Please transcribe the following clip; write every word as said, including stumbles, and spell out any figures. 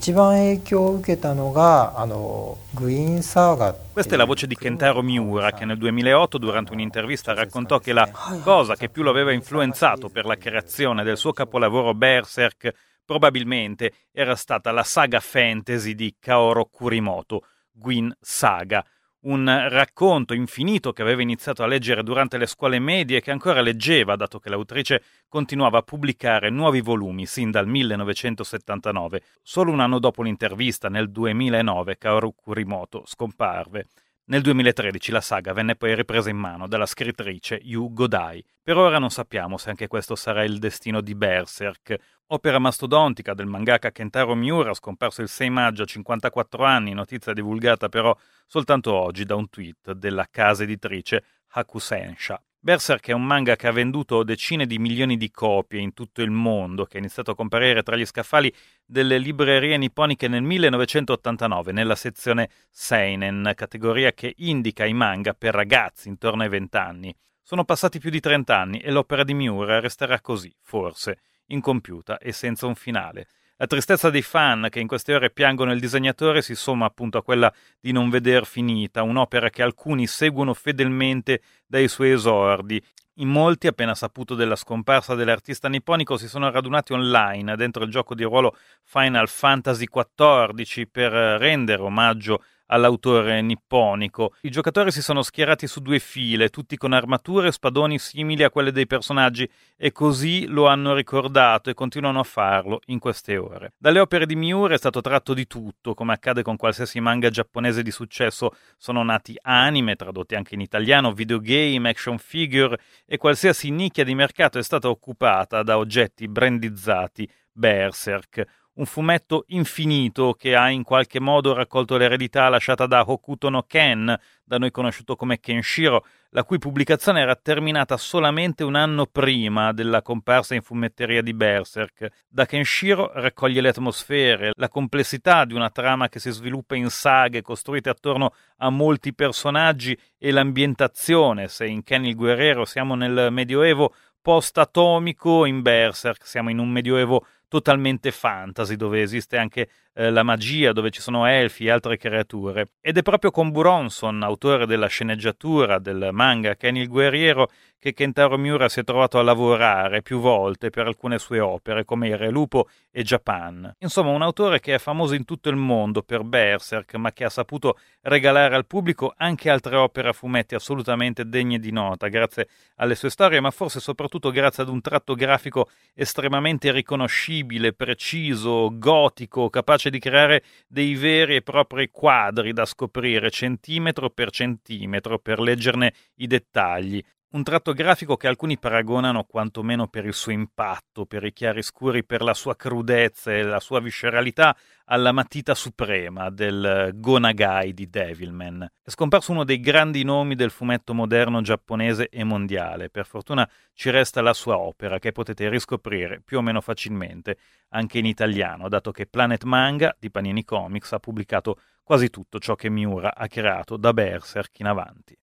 一番影響を受けたのがあのグイーンサーガっていう Questa è la voce di Kentaro Miura, che nel duemilaotto durante un'intervista raccontò che la cosa che più lo aveva influenzato per la creazione del suo capolavoro Berserk probabilmente era stata la saga fantasy di Kaoru Kurimoto, Gwyn Saga, un racconto infinito che aveva iniziato a leggere durante le scuole medie e che ancora leggeva, dato che l'autrice continuava a pubblicare nuovi volumi sin dal millenovecentosettantanove. Solo un anno dopo l'intervista, nel duemilanove, Kaoru Kurimoto scomparve. Nel duemilatredici la saga venne poi ripresa in mano dalla scrittrice Yu Godai. Per ora non sappiamo se anche questo sarà il destino di Berserk, opera mastodontica del mangaka Kentaro Miura, scomparso il sei maggio a cinquantaquattro anni, notizia divulgata però soltanto oggi da un tweet della casa editrice Hakusensha. Berserk è un manga che ha venduto decine di milioni di copie in tutto il mondo, che è iniziato a comparire tra gli scaffali delle librerie nipponiche nel millenovecentottantanove nella sezione Seinen, categoria che indica i manga per ragazzi intorno ai vent'anni. Sono passati più di trent'anni e l'opera di Miura resterà così, forse, incompiuta e senza un finale. La tristezza dei fan che in queste ore piangono il disegnatore si somma appunto a quella di non veder finita un'opera che alcuni seguono fedelmente dai suoi esordi. In molti, appena saputo della scomparsa dell'artista nipponico, si sono radunati online dentro il gioco di ruolo Final Fantasy quattordici per rendere omaggio all'autore nipponico. I giocatori si sono schierati su due file, tutti con armature e spadoni simili a quelle dei personaggi, e così lo hanno ricordato e continuano a farlo in queste ore. Dalle opere di Miura è stato tratto di tutto, come accade con qualsiasi manga giapponese di successo. Sono nati anime, tradotti anche in italiano, videogame, action figure, e qualsiasi nicchia di mercato è stata occupata da oggetti brandizzati Berserk. Un fumetto infinito che ha in qualche modo raccolto l'eredità lasciata da Hokuto no Ken, da noi conosciuto come Kenshiro, la cui pubblicazione era terminata solamente un anno prima della comparsa in fumetteria di Berserk. Da Kenshiro raccoglie le atmosfere, la complessità di una trama che si sviluppa in saghe costruite attorno a molti personaggi e l'ambientazione. Se in Ken il guerriero siamo nel Medioevo post-atomico, in Berserk siamo in un Medioevo totalmente fantasy, dove esiste anche eh, la magia, dove ci sono elfi e altre creature. Ed è proprio con Buronson, autore della sceneggiatura del manga Ken il guerriero, che Kentaro Miura si è trovato a lavorare più volte per alcune sue opere, come Il Re Lupo e Japan. Insomma, un autore che è famoso in tutto il mondo per Berserk, ma che ha saputo regalare al pubblico anche altre opere a fumetti assolutamente degne di nota, grazie alle sue storie, ma forse soprattutto grazie ad un tratto grafico estremamente riconoscibile, preciso, gotico, capace di creare dei veri e propri quadri da scoprire centimetro per centimetro per leggerne i dettagli. Un tratto grafico che alcuni paragonano quantomeno per il suo impatto, per i chiaroscuri, per la sua crudezza e la sua visceralità, alla matita suprema del Go Nagai di Devilman. È scomparso uno dei grandi nomi del fumetto moderno giapponese e mondiale. Per fortuna ci resta la sua opera, che potete riscoprire più o meno facilmente anche in italiano, dato che Planet Manga di Panini Comics ha pubblicato quasi tutto ciò che Miura ha creato da Berserk in avanti.